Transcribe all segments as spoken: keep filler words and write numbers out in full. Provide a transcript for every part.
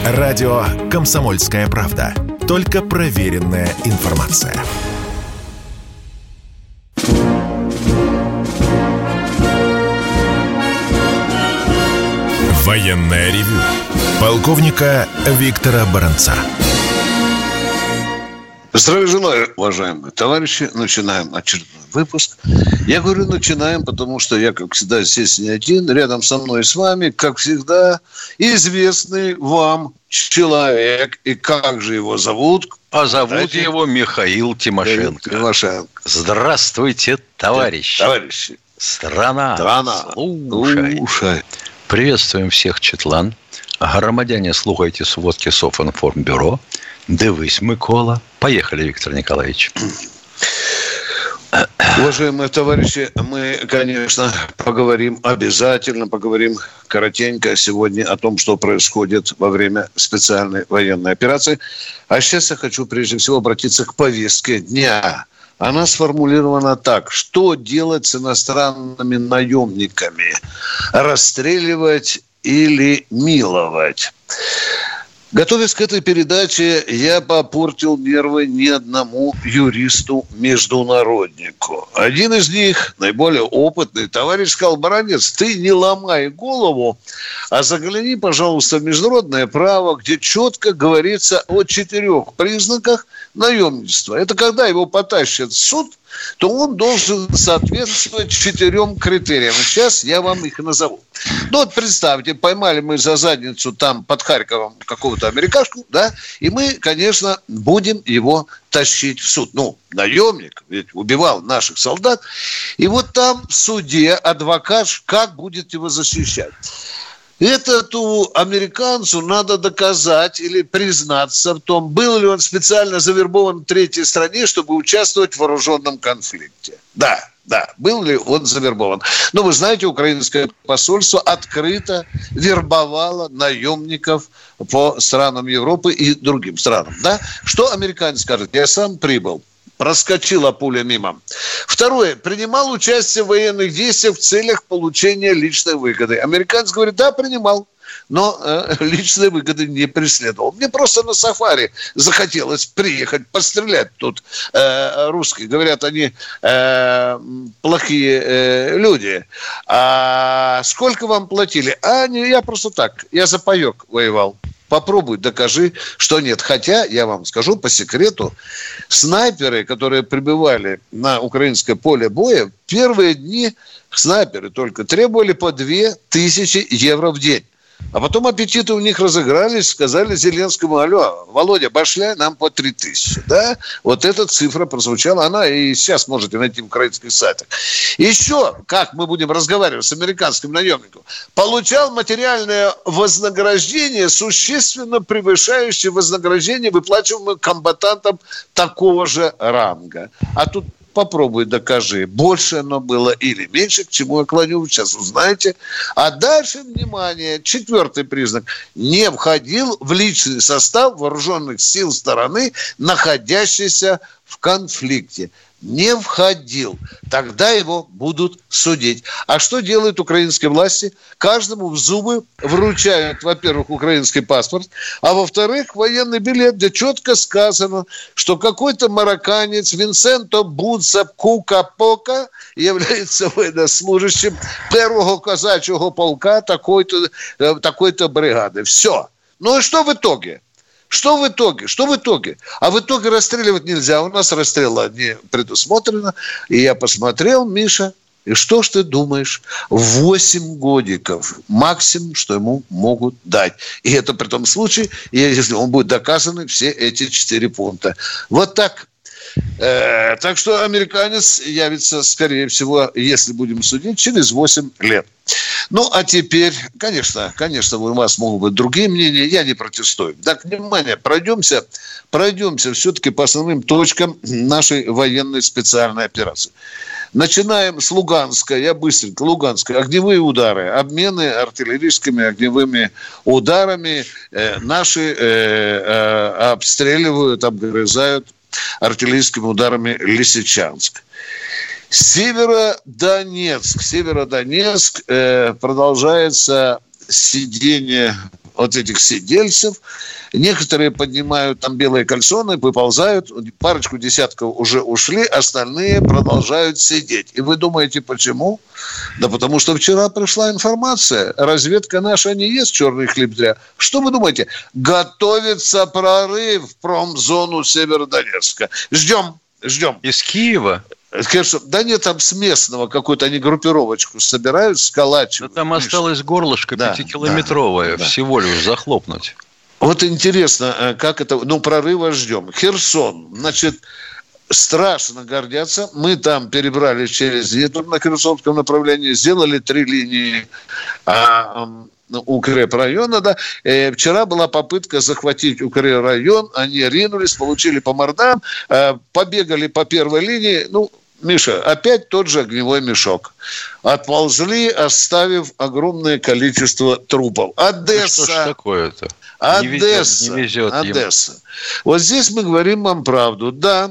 Радио «Комсомольская правда». Только проверенная информация. Военное ревю полковника Виктора Баранца. Здравия желаю, уважаемые товарищи. Начинаем очередной выпуск. Я говорю, начинаем, потому что я, как всегда, здесь не один. Рядом со мной и с вами, как всегда, известный вам человек. И как же его зовут? А зовут Знаете? его Михаил Тимошенко. Тимошенко. Здравствуйте, товарищи. Товарищи. Страна. Страна. Слушай. Слушай. Приветствуем всех, Четлан. Громадяне, слухайте сводки Софинформбюро. Дивись, Микола. Поехали, Виктор Николаевич. Уважаемые товарищи, мы, конечно, поговорим, обязательно поговорим коротенько сегодня о том, что происходит во время специальной военной операции. А сейчас я хочу прежде всего обратиться к повестке дня. Она сформулирована так: что делать с иностранными наемниками? Расстреливать или миловать? Готовясь к этой передаче, я попортил нервы ни одному юристу-международнику. Один из них, наиболее опытный товарищ, сказал: Баранец, ты не ломай голову, а загляни, пожалуйста, в международное право, где четко говорится о четырех признаках наемничества. Это когда его потащат в суд, то он должен соответствовать четырем критериям. Сейчас я вам их назову. Ну вот представьте, поймали мы за задницу там под Харьковом какого-то америкашку, да, и мы, конечно, будем его тащить в суд. Ну, наемник ведь убивал наших солдат. И вот там в суде адвокат как будет его защищать? Этому американцу надо доказать или признаться в том, был ли он специально завербован в третьей стране, чтобы участвовать в вооруженном конфликте. Да, да, был ли он завербован. Но вы знаете, украинское посольство открыто вербовало наемников по странам Европы и другим странам. Да? Что американец скажет? Я сам прибыл. Проскочила пуля мимо. Второе. Принимал участие в военных действиях в целях получения личной выгоды. Американец говорит, да, принимал, но э, личной выгоды не преследовал. Мне просто на сафари захотелось приехать, пострелять тут э, русские. Говорят, они э, плохие э, люди. А сколько вам платили? А, не, я просто так. Я за паёк воевал. Попробуй, докажи, что нет. Хотя, я вам скажу по секрету, снайперы, которые прибывали на украинское поле боя, в первые дни снайперы только требовали по две тысячи евро в день. А потом аппетиты у них разыгрались, сказали Зеленскому: алло, Володя, башляй нам по три тысячи. Да? Вот эта цифра прозвучала, она и сейчас можете найти в украинских сайтах. Еще, как мы будем разговаривать с американским наемником, получал материальное вознаграждение, существенно превышающее вознаграждение, выплачиваемое комбатантам такого же ранга. А тут попробуй докажи, больше оно было или меньше, к чему я клоню, вы сейчас узнаете. А дальше, внимание, четвертый признак. Не входил в личный состав вооруженных сил стороны, находящейся в конфликте. Не входил. Тогда его будут судить. А что делают украинские власти? Каждому в зубы вручают, во-первых, украинский паспорт, а во-вторых, военный билет, где четко сказано, что какой-то марокканец Винсенто Буца Кука-Пока является военнослужащим первого казачьего полка такой-то, такой-то бригады. Все. Ну и что в итоге? Что в итоге? Что в итоге? А в итоге расстреливать нельзя. У нас расстрела не предусмотрено. И я посмотрел, Миша, и что ж ты думаешь? Восемь годиков максимум, что ему могут дать. И это при том случае, если он будет доказаны все эти четыре пункта. Вот так. Э, так что американец явится, скорее всего, если будем судить, через восемь лет. Ну, а теперь, конечно, конечно, у вас могут быть другие мнения, я не протестую. Так, внимание, пройдемся, пройдемся все-таки по основным точкам нашей военной специальной операции. Начинаем с Луганска, я быстренько, Луганска, огневые удары, обмены артиллерийскими огневыми ударами, э, наши э, э, обстреливают, обгрызают артиллерийскими ударами Лисичанск. Северодонецк. Северодонецк э, продолжается сидение вот этих сидельцев. Некоторые поднимают там белые кальсоны, выползают, парочку десятков уже ушли, остальные продолжают сидеть. И вы думаете, почему? Да потому что вчера пришла информация, разведка наша не ест черный хлеб зря. Что вы думаете? Готовится прорыв в промзону Северодонецка. Ждем, ждем. Из Киева? Конечно, да нет, там с местного какую-то они группировочку собирают, сколачивают. Да там осталось горлышко да, пятикилометровое, да, всего да. лишь захлопнуть. Вот интересно, как это... Ну, прорыва ждем. Херсон, значит, страшно гордятся. Мы там перебрали через Днепр на Херсонском направлении, сделали три линии а, укрепрайона. Да. И вчера была попытка захватить укрепрайон. Они ринулись, получили по мордам, побегали по первой линии. Ну, Миша, опять тот же огневой мешок. Отползли, оставив огромное количество трупов. Одесса. Ну, что ж такое-то? Одесса. Не везет, не везет Одесса. Ему. Вот здесь мы говорим вам правду. Да,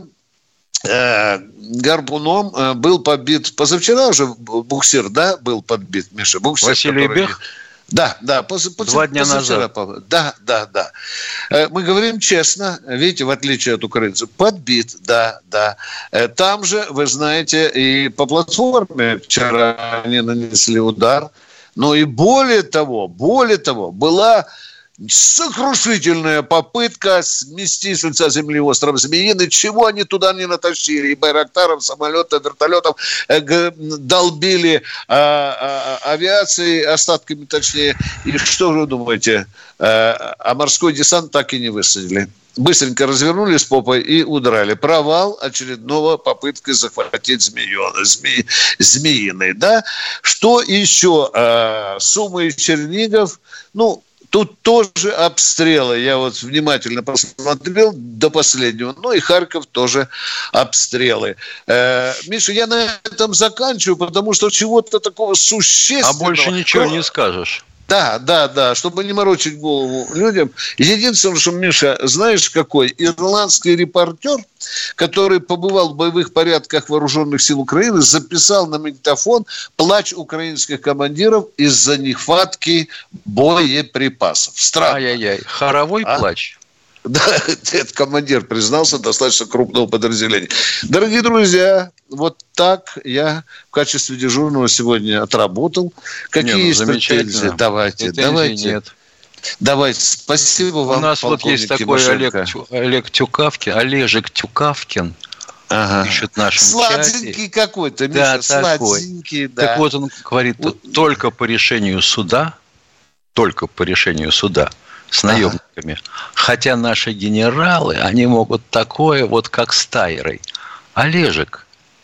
э, гарпуном э, был подбит. Позавчера уже буксир, да, был подбит, Миша. Буксир, Василий который... Бех? Да, да. После, Два дня назад. Да, да, да. Мы говорим честно, видите, в отличие от украинцев, подбит, да, да. Там же, вы знаете, и по платформе вчера они нанесли удар. Но и более того, более того, была сокрушительная попытка смести с лица земли остров Змеиный. Чего они туда не натащили? И байрактаров, самолетов, вертолетов э, долбили э, э, авиацией, остатками точнее. И что вы думаете? Э, а морской десант так и не высадили. Быстренько развернулись попой и удрали. Провал очередного попытки захватить змеёный, зме, Змеиный. Да? Что еще? Э, Сумы и Чернигов. Ну, тут тоже обстрелы. Я вот внимательно посмотрел до последнего. Ну и Харьков тоже обстрелы. Э, Миша, я на этом заканчиваю, потому что чего-то такого существенного... А больше ничего не скажешь. Да, да, да, чтобы не морочить голову людям. Единственное, что, Миша, знаешь, какой? Ирландский репортер, который побывал в боевых порядках вооруженных сил Украины, записал на магнитофон плач украинских командиров из-за нехватки боеприпасов. Странно. Ай-яй-яй, хоровой а? плач? Да, этот командир признался, достаточно крупного подразделения. Дорогие друзья, вот так я в качестве дежурного сегодня отработал. Какие не, ну, есть претензии? Давайте, претензий давайте. Нет. Давайте, спасибо вам. У нас вот есть такой Олег, Олег Тюкавкин, Олежек Тюкавкин. Ага. Пишет в нашем сладенький чате. какой-то, да, Миша, сладенький. Да. Так вот он говорит, только по решению суда, только по решению суда, с наемниками. Ага. Хотя наши генералы, они могут такое, вот как с Тайрой. Олежек,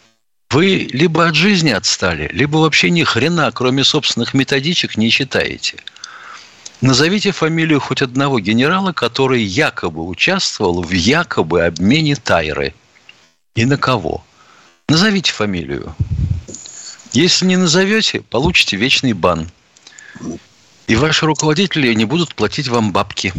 вы либо от жизни отстали, либо вообще ни хрена, кроме собственных методичек, не читаете. Назовите фамилию хоть одного генерала, который якобы участвовал в якобы обмене Тайры. И на кого? Назовите фамилию. Если не назовете, получите вечный бан. И ваши руководители не будут платить вам бабки.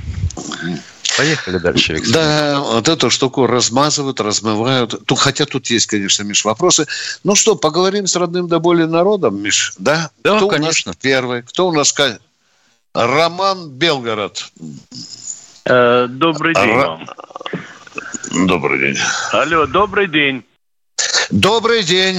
Поехали дальше, Виктор. Да, вот эту штуку размазывают, размывают. Тут, хотя тут есть, конечно, Миш, вопросы. Ну что, поговорим с родным до боли народом, Миш, да? Да, кто конечно. У нас первый? Кто у нас? Роман Белгород. Э, добрый день Р... вам. Добрый день. Алло, добрый день. Добрый день.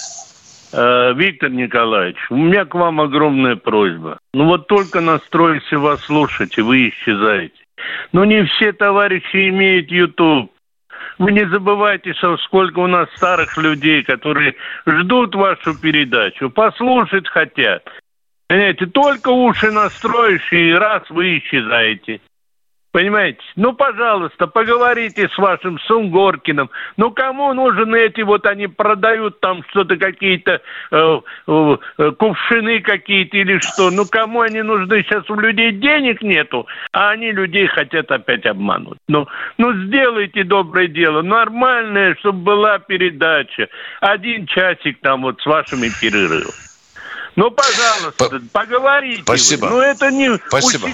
Э, Виктор Николаевич, у меня к вам огромная просьба. Ну вот только настроился вас слушать, и вы исчезаете. Но не все товарищи имеют YouTube. Вы не забывайте, что сколько у нас старых людей, которые ждут вашу передачу, послушать хотят. Понимаете, только уши настроишь, и раз вы исчезаете. Понимаете? Ну, пожалуйста, поговорите с вашим Сунгоркиным. Ну, кому нужны эти вот, они продают там что-то, какие-то э, э, кувшины какие-то или что. Ну, кому они нужны? Сейчас у людей денег нету, а они людей хотят опять обмануть. Ну, ну сделайте доброе дело, нормальное, чтобы была передача. Один часик там вот с вашими перерывами. Ну, пожалуйста, П- поговорите. Спасибо. Вы. Ну, это не... Спасибо.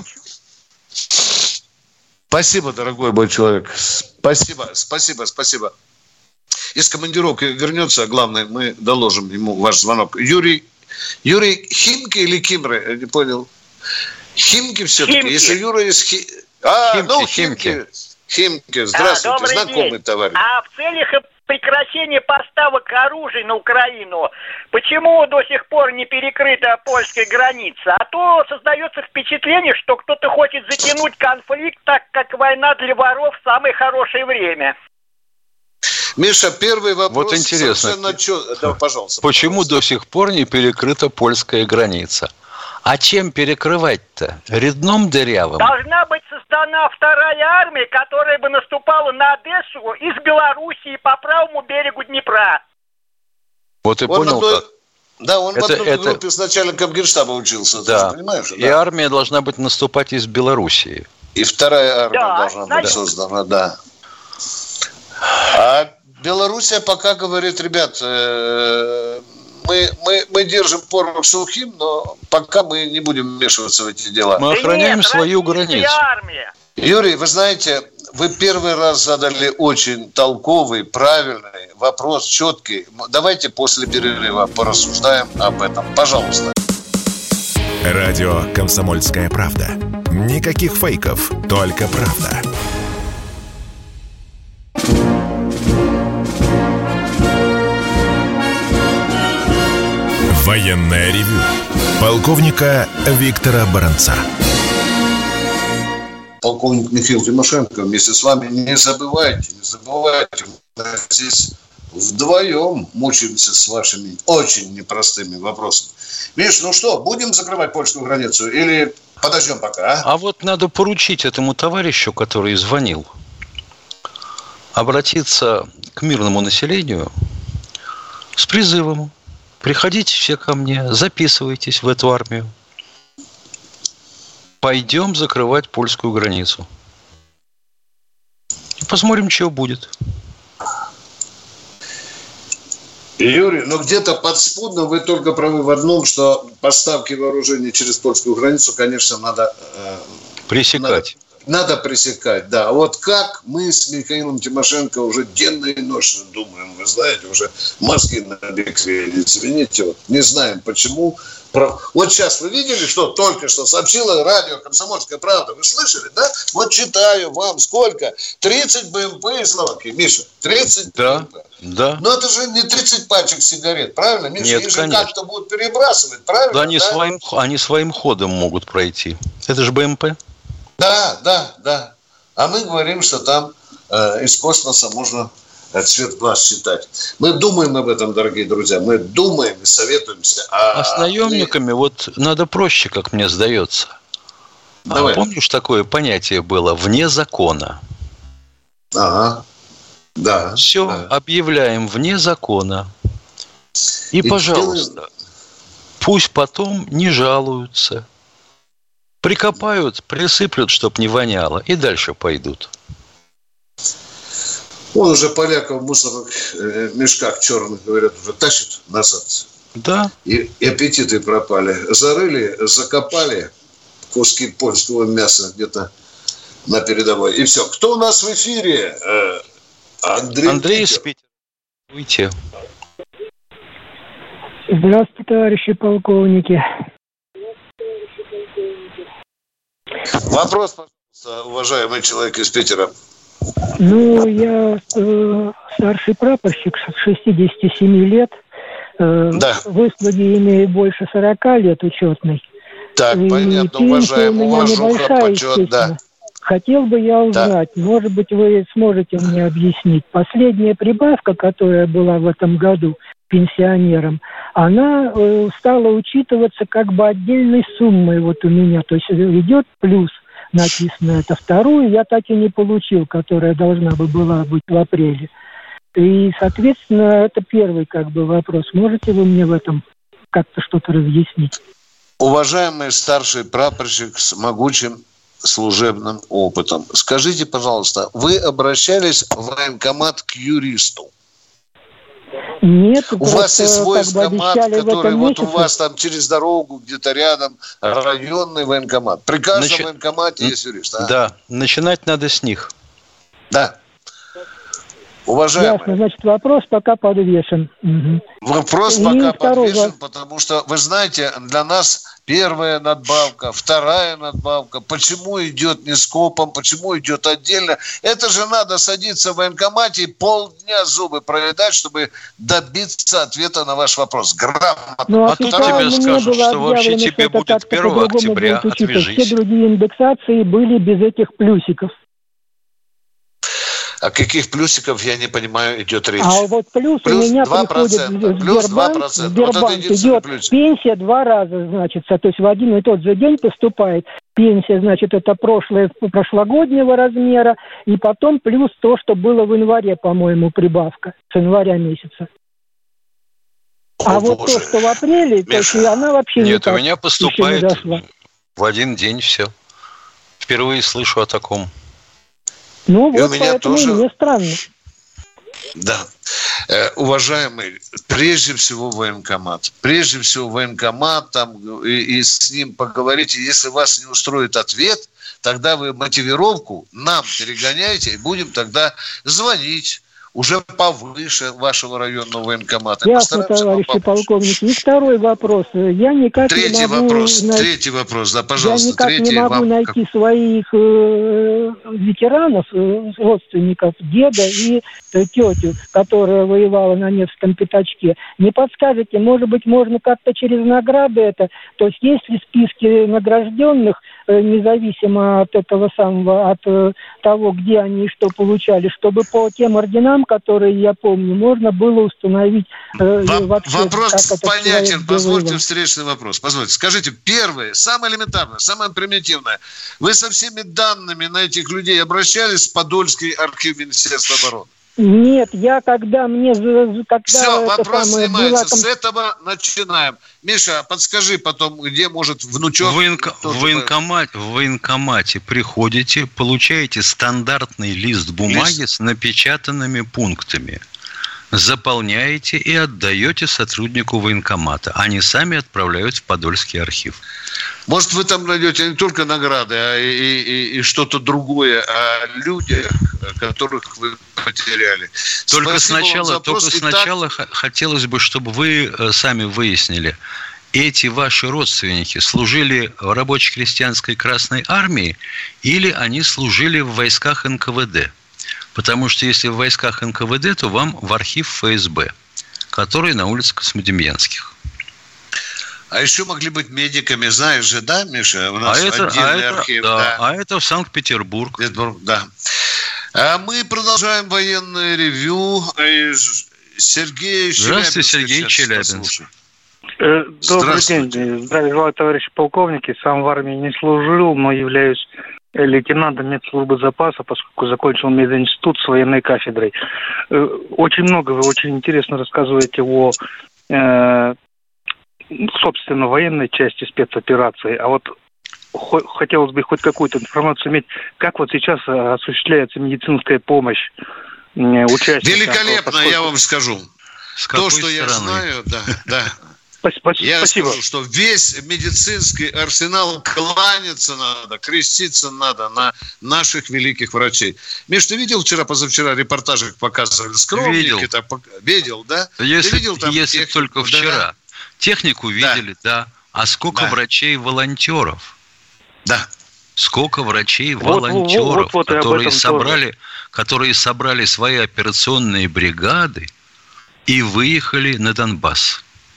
Спасибо, дорогой мой человек. Спасибо, спасибо, спасибо. Из командировки вернется, а главное, мы доложим ему ваш звонок. Юрий, Юрий Химки или Кимры? Я не понял. Химки все-таки. Химки. Если Юра из Хи... А, Химки, ну, Химки. Химки. Химки. Здравствуйте, А, знакомый день. товарищ. А в целях прекращения поставок оружия на Украину, почему до сих пор не перекрыта польская граница? А то создается впечатление, что кто-то хочет затянуть конфликт, так как война для воров в самое хорошее время. Миша, первый вопрос. Вот интересно. Чё... Да, пожалуйста. Почему пожалуйста. до сих пор не перекрыта польская граница? А чем перекрывать-то? Редном дырявым? Должна быть создана вторая армия, которая бы наступала на Одессу из Белоруссии по правому берегу Днепра. Вот и Он понял, одной... как. Да, он Это- в одной это- группе с начальником Генштаба учился. Ты Да. же понимаешь? И Да. армия должна быть наступать из Белоруссии. И вторая армия Да, должна на быть юг. создана, да. А Белоруссия пока говорит, ребят, э, мы, мы, мы держим порох сухим, но пока мы не будем вмешиваться в эти дела. Мы Да охраняем нет, свою российская границу. армия. Юрий, вы знаете, вы первый раз задали очень толковый, правильный вопрос, четкий. Давайте после перерыва порассуждаем об этом. Пожалуйста. Радио «Комсомольская правда». Никаких фейков, только правда. Военное ревю полковника Виктора Баранца. Полковник Михаил Тимошенко вместе с вами. Не забывайте, не забывайте, мы здесь вдвоем мучаемся с вашими очень непростыми вопросами. Миш, ну что, будем закрывать польскую границу или подождем пока, а? А вот надо поручить этому товарищу, который звонил, обратиться к мирному населению с призывом: приходите все ко мне, записывайтесь в эту армию. Пойдем закрывать польскую границу. И посмотрим, что будет. Юрий, ну где-то подспудно вы только правы в одном, что поставки вооружений через польскую границу, конечно, надо... Э, Пресекать. Надо, надо пресекать, да. Вот как мы с Михаилом Тимошенко уже денно и ночно думаем, вы знаете, уже мозги набекрели, извините, вот не знаем почему. Вот сейчас вы видели, что только что сообщило радио «Комсомольская правда». Вы слышали, да? Вот читаю вам сколько? тридцать БМП из Словакии. Миша, тридцать Да, БМП. да. Но это же не тридцать пачек сигарет, правильно, Миша? Нет, Их же конечно. как-то будут перебрасывать, правильно? Да, они, да? Своим, они своим ходом могут пройти. Это же БМП. Да, да, да. А мы говорим, что там э, из космоса можно э, цвет глаз читать. Мы думаем об этом, дорогие друзья. Мы думаем и советуемся. А, А с наемниками мы... вот надо проще, как мне сдается. Давай. А помнишь, такое понятие было «вне закона»? Ага. Да. Все, да. объявляем вне закона. И, И пожалуйста, делаем... пусть потом не жалуются. Прикопают, присыплют, чтоб не воняло, и дальше пойдут. Он уже поляков в мусорных э, мешках черных, говорят, уже тащит назад. Да. И, и аппетиты пропали. Зарыли, закопали куски польского мяса где-то на передовой. И все. Кто у нас в эфире? Э, Андрей, Андрей из Питера. Выйти. Здравствуйте, товарищи полковники. Вопрос, пожалуйста, уважаемый человек из Питера. Ну, я э, старший прапорщик, шестьдесят семь лет. Э, Да. Выслуги имею больше сорок лет учетной. Так, И понятно, пенсия уважаем, у меня уважуха, небольшая, почет, естественно. да. Хотел бы я узнать, может быть, вы сможете мне объяснить. Последняя прибавка, которая была в этом году пенсионерам, она э, стала учитываться как бы отдельной суммой вот у меня. То есть идет плюс, написано это. Вторую я так и не получил, которая должна бы была быть в апреле. И, соответственно, это первый как бы вопрос. Можете вы мне в этом как-то что-то разъяснить? Уважаемый старший прапорщик с могучим служебным опытом, скажите, пожалуйста, вы обращались в военкомат к юристу? Нет, У вас есть свой как бы военкомат, обещали в который этом вот у месяце. вас там через дорогу, где-то рядом, районный военкомат. При каждом Значит, военкомате есть юрист. А? Да, начинать надо с них. Да. Уважаемый. Ясно, значит, вопрос пока подвешен. Угу. Вопрос И пока второй... подвешен, потому что, вы знаете, для нас первая надбавка, вторая надбавка, почему идет не скопом, почему идет отдельно, это же надо садиться в военкомате и полдня зубы проедать, чтобы добиться ответа на ваш вопрос. Грамотно. Ну, а тут тебе скажут, что вообще тебе будет первого октября, отвяжись. Все другие индексации были без этих плюсиков. О каких плюсиков, я не понимаю, идет речь? А вот плюс, плюс у меня приходит в Сбербанк, в Сбербанк вот идет плюсик. Пенсия два раза, значит, то есть в один и тот же день поступает пенсия, значит, это прошлое, прошлогоднего размера, и потом плюс то, что было в январе, по-моему, прибавка с января месяца. О, а Боже. Вот то, что в апреле, то есть она вообще Нет, никак у меня поступает в один день все. Впервые слышу о таком. Ну, и вот поэтому тоже... мне странно. Да. Э, уважаемый, прежде всего военкомат. Прежде всего военкомат, там, и, и с ним поговорите. Если вас не устроит ответ, тогда вы мотивировку нам перегоняете, и будем тогда звонить уже повыше вашего районного военкомата. Ясно, товарищи полковники. И второй вопрос. Я никак третий не могу... Вопрос, най... Третий вопрос, да, пожалуйста. Я никак третий не могу вам... найти своих э, ветеранов, э, родственников, деда и э, тетю, которая воевала на Невском пятачке. Не подскажете, может быть, можно как-то через награды это? То есть есть ли списки награжденных, э, независимо от этого самого, от э, того, где они и что получали, чтобы по тем орденам, которые я помню, можно было установить э, вообще, вопрос понятен. Позвольте встречный вопрос. Позвольте. Скажите, первое, самое элементарное, самое примитивное. Вы со всеми данными на этих людей обращались в Подольский архив Министерства обороны? Нет, я когда мне... Когда Все, вопрос самое, снимается. была... С этого начинаем. Миша, подскажи потом, где может внучок... В, военко... в, военкомате, в военкомате приходите, получаете стандартный лист бумаги лист. с напечатанными пунктами. Заполняете и отдаете сотруднику военкомата. Они сами отправляют в Подольский архив. Может, вы там найдете не только награды, а и, и, и что-то другое о людях, которых вы потеряли. Только сначала, только сначала так... хотелось бы, чтобы вы сами выяснили, эти ваши родственники служили в рабоче-крестьянской Красной Армии или они служили в войсках эн ка вэ дэ? Потому что если в войсках эн ка вэ дэ, то вам в архив эф эс бэ, который на улице Космодемьянских. А еще могли быть медиками, знаешь же, да, Миша? У нас а это, отдельный а это, архив. Да, да. А это в Санкт-Петербург. Да. А мы продолжаем военное ревью. Сергей Челябинск. Здравствуйте, Сергей Челябинск. Добрый день. Здравия желаю, товарищи полковники. Сам в армии не служил, но являюсь лейтенантом медслужбы запаса, поскольку закончил мединститут с военной кафедрой. Очень много вы очень интересно рассказываете о, э, собственно, военной части спецоперации. А вот хотелось бы хоть какую-то информацию иметь, как вот сейчас осуществляется медицинская помощь участникам. Великолепно, поскольку... я вам скажу. С То, что стороны? Я знаю, да, да. Спасибо. Я скажу, что весь медицинский арсенал кланяться надо, креститься надо на наших великих врачей. Миш, ты видел вчера, позавчера репортажи показывали? Скромники. Видел. Так, видел, да? Если, ты видел там если технику, только вчера. Да? Технику видели, да. да. А сколько да. врачей-волонтеров? Да. Сколько врачей-волонтеров, вот, вот, вот, которые, собрали, которые собрали свои операционные бригады и выехали на Донбасс.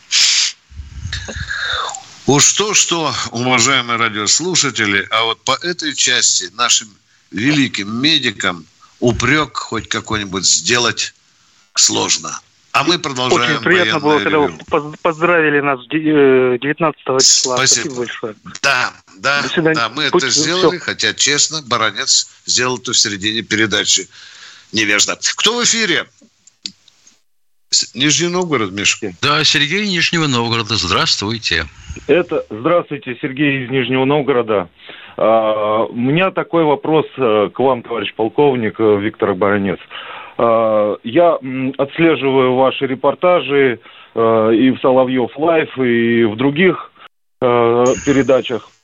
Уж что-что, уважаемые радиослушатели, а вот по этой части нашим великим медикам упрек хоть какой-нибудь сделать сложно. А мы продолжаем. Очень приятно было, ревью. Когда вы поздравили нас девятнадцатого числа. Спасибо. Спасибо большое. Да, да, да, мы Пусть это сделали, все. Хотя, честно, Баранец сделал это в середине передачи. Невежда. Кто в эфире? Нижний Новгород, Миша. Да, Сергей Нижнего Новгорода. Здравствуйте. Это здравствуйте, Сергей из Нижнего Новгорода. А, у меня такой вопрос к вам, товарищ полковник Виктор Баранец. А, я отслеживаю ваши репортажи а, и в Соловьев Лайф, и в других а, передачах.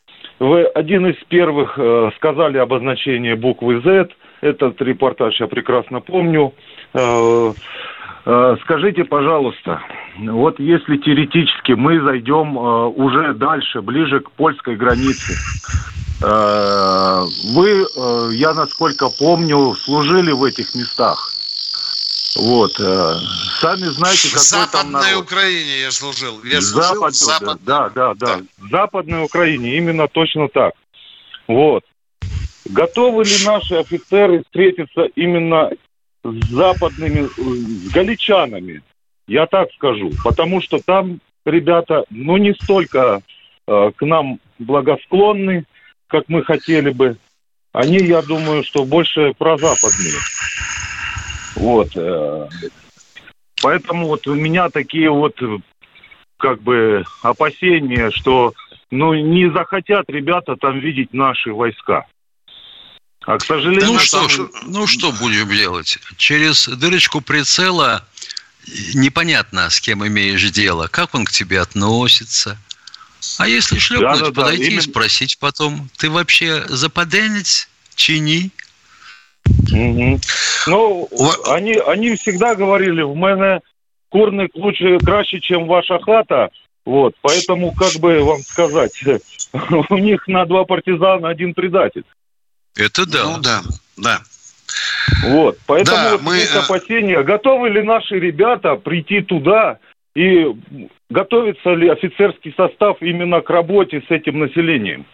вы один из первых э, сказали обозначение буквы Z. Этот репортаж я прекрасно помню. Э, э, скажите, пожалуйста, вот если теоретически мы зайдем э, уже дальше, ближе к польской границе, э, вы, э, я насколько помню, служили в этих местах. Вот. Э, сами знаете, какой в Западной там народ. Украине я служил. Я служил Запад, в Запад... да, да, да, да. В Западной Украине именно точно так. Вот. Готовы ли наши офицеры встретиться именно с западными, с галичанами? Я так скажу. Потому что там ребята, ну, не столько э, к нам благосклонны, как мы хотели бы. Они, я думаю, что больше прозападные. Вот. Э, поэтому вот у меня такие вот, как бы, опасения, что, ну, не захотят ребята там видеть наши войска. А, к сожалению... Ну, что, там... ж, ну что будем делать? Через дырочку прицела непонятно, с кем имеешь дело, как он к тебе относится. А если шлепнуть, да, да, подойти да, именно... и спросить потом, ты вообще западенец, чини? Угу. Ну, они, они всегда говорили, в мене курник лучше, краще, чем ваша хата. Вот, поэтому, как бы вам сказать, у них на два партизана один предатель. Это да. Ну да, да. Вот, поэтому да, вот мы... есть опасения. Готовы ли наши ребята прийти туда и готовится ли офицерский состав именно к работе с этим населением?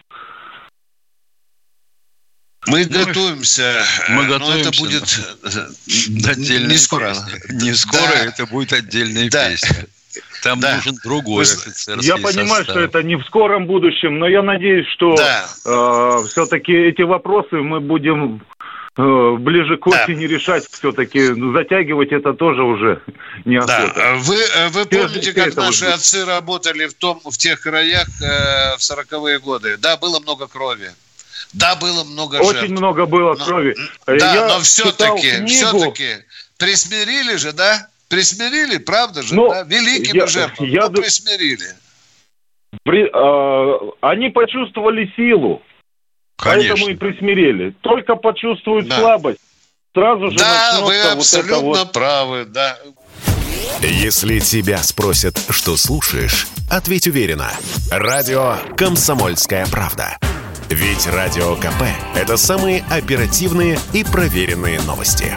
Мы ну, готовимся. Мы готовимся. Но это будет отдельная не скоро. Песня. Не скоро, да. Это будет отдельная да. песня. Там да. нужен другой Вы... офицерский Я понимаю, состав. что это не в скором будущем, но я надеюсь, что да. э, все-таки эти вопросы мы будем э, ближе к осени да. решать. Все-таки затягивать это тоже уже неохота. Да. Вы, вы помните, как наши будет. отцы работали в, том, в тех краях э, в сороковые годы? Да, было много крови. Да, было много Очень жертв. Очень много было но, крови. Да, я но все-таки, книгу... все-таки присмирили же, да? Присмирили, правда же, ну, да? Великими я, жертвами, я, но присмирили. При, э, они почувствовали силу, Конечно. Поэтому и присмирели. Только почувствуют да. слабость, сразу же да, начнется вы абсолютно вот это вот... правы, да. Если тебя спросят, что слушаешь, ответь уверенно. Радио «Комсомольская правда». Ведь Радио КП – это самые оперативные и проверенные новости.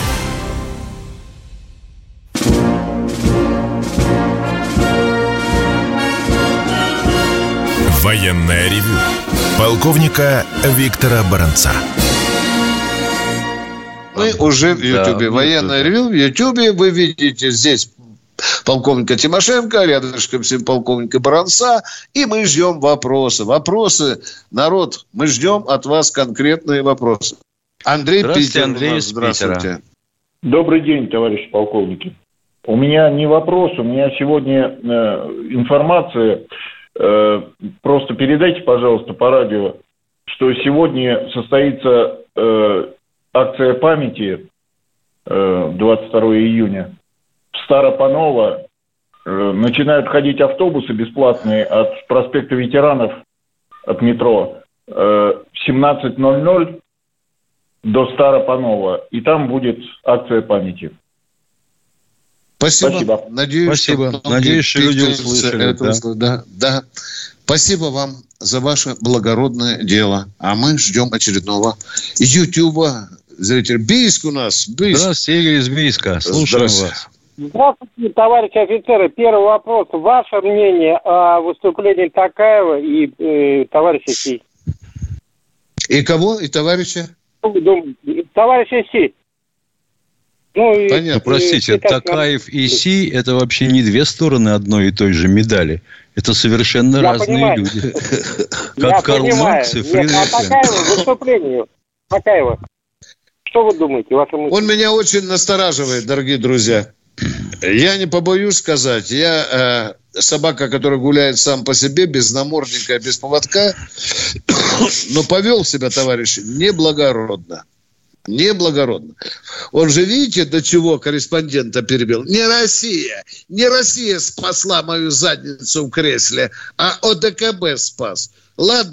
Военное ревю полковника Виктора Баранца. Мы уже в Ютьюбе. Да, Военное ревю в Ютьюбе. Вы видите здесь полковника Тимошенко, рядышком с ним полковника Баранца. И мы ждем вопросы. Вопросы, народ, мы ждем от вас конкретные вопросы. Андрей Питер. Андрей из Питера. Добрый день, товарищи полковники. У меня не вопрос, у меня сегодня э, информация. Э, просто передайте, пожалуйста, по радио, что сегодня состоится э, акция памяти э, двадцать второго июня. В Старопаново э, начинают ходить автобусы бесплатные от проспекта Ветеранов, от метро, э, в семнадцать ноль ноль до Старопанова. И там будет акция памяти. Спасибо. Спасибо. Надеюсь, Спасибо. Что Надеюсь, что люди услышали. Это, да. Да, да. Спасибо вам за ваше благородное дело. А мы ждем очередного Ютуба. Зритель. Бийск у нас. Бийск. Здравствуйте, Игорь из Бийска. Слушаем вас. Здравствуйте, товарищи офицеры. Первый вопрос. Ваше мнение о выступлении Токаева и э, товарища Си? И кого? И товарища? Товарища Си. Ну, и, Понятно. Простите, и, Токаев и Си – это вообще не две стороны одной и той же медали. Это совершенно Я разные понимаю. люди. Как Карл Маркс и Фридрих Энгельс. А Токаева выступлению. Токаева. Что вы думаете? Ваша мысль? Он меня очень настораживает, дорогие друзья. Я не побоюсь сказать. Я э, собака, которая гуляет сам по себе, без намордника, без поводка. Но повел себя, товарищи, неблагородно. Неблагородно. Он же, видите, до чего корреспондента перебил? Не Россия. Не Россия спасла мою задницу в кресле, а ОДКБ спас. Ладно,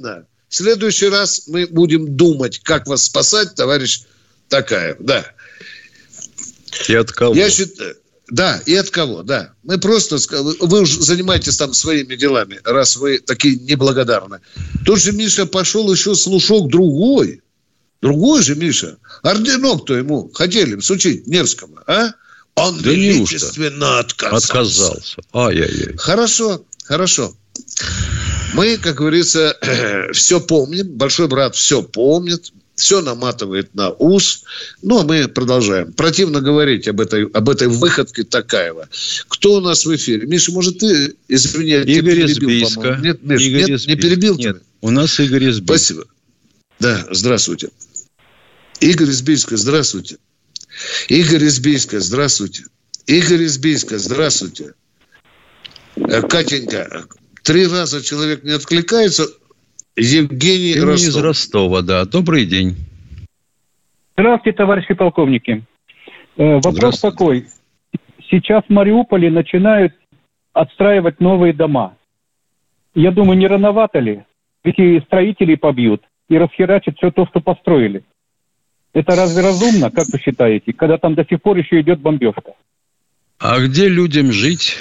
В следующий раз мы будем думать, как вас спасать, товарищ Токаев. Да. И от кого? Я считаю... Да, и от кого, да. Мы просто... Вы уже занимаетесь там своими делами, раз вы такие неблагодарны. Тут же Миша пошел еще слушок другой. Другой же Миша. Орденок-то ему хотели всучить Невскому, а? Он да величественно отказался. Отказался. Ай-яй-яй. Хорошо, хорошо. Мы, как говорится, все помним. Большой брат все помнит. Все наматывает на ус. Ну, а мы продолжаем. Противно говорить об этой, об этой выходке Токаева. Кто у нас в эфире? Миша, может, ты, извини, я Игорь тебя из перебил, Бийска. по-моему. Нет, Миш, Игорь нет, не перебил Нет, тебя? У нас Игорь из Бийска. Спасибо. Да, здравствуйте. Игорь из Бийска, здравствуйте. Игорь из Бийска, здравствуйте. Игорь из Бийска, здравствуйте. Катенька, три раза человек не откликается. Евгений Евгений Ростов. из Ростова, да. Добрый день. Здравствуйте, товарищи полковники. Э, вопрос такой. Сейчас в Мариуполе начинают отстраивать новые дома. Я думаю, не рановато ли? Ведь и строителей побьют, и расхерачат все то, что построили. Это разве разумно, как вы считаете, когда там до сих пор еще идет бомбежка? А где людям жить?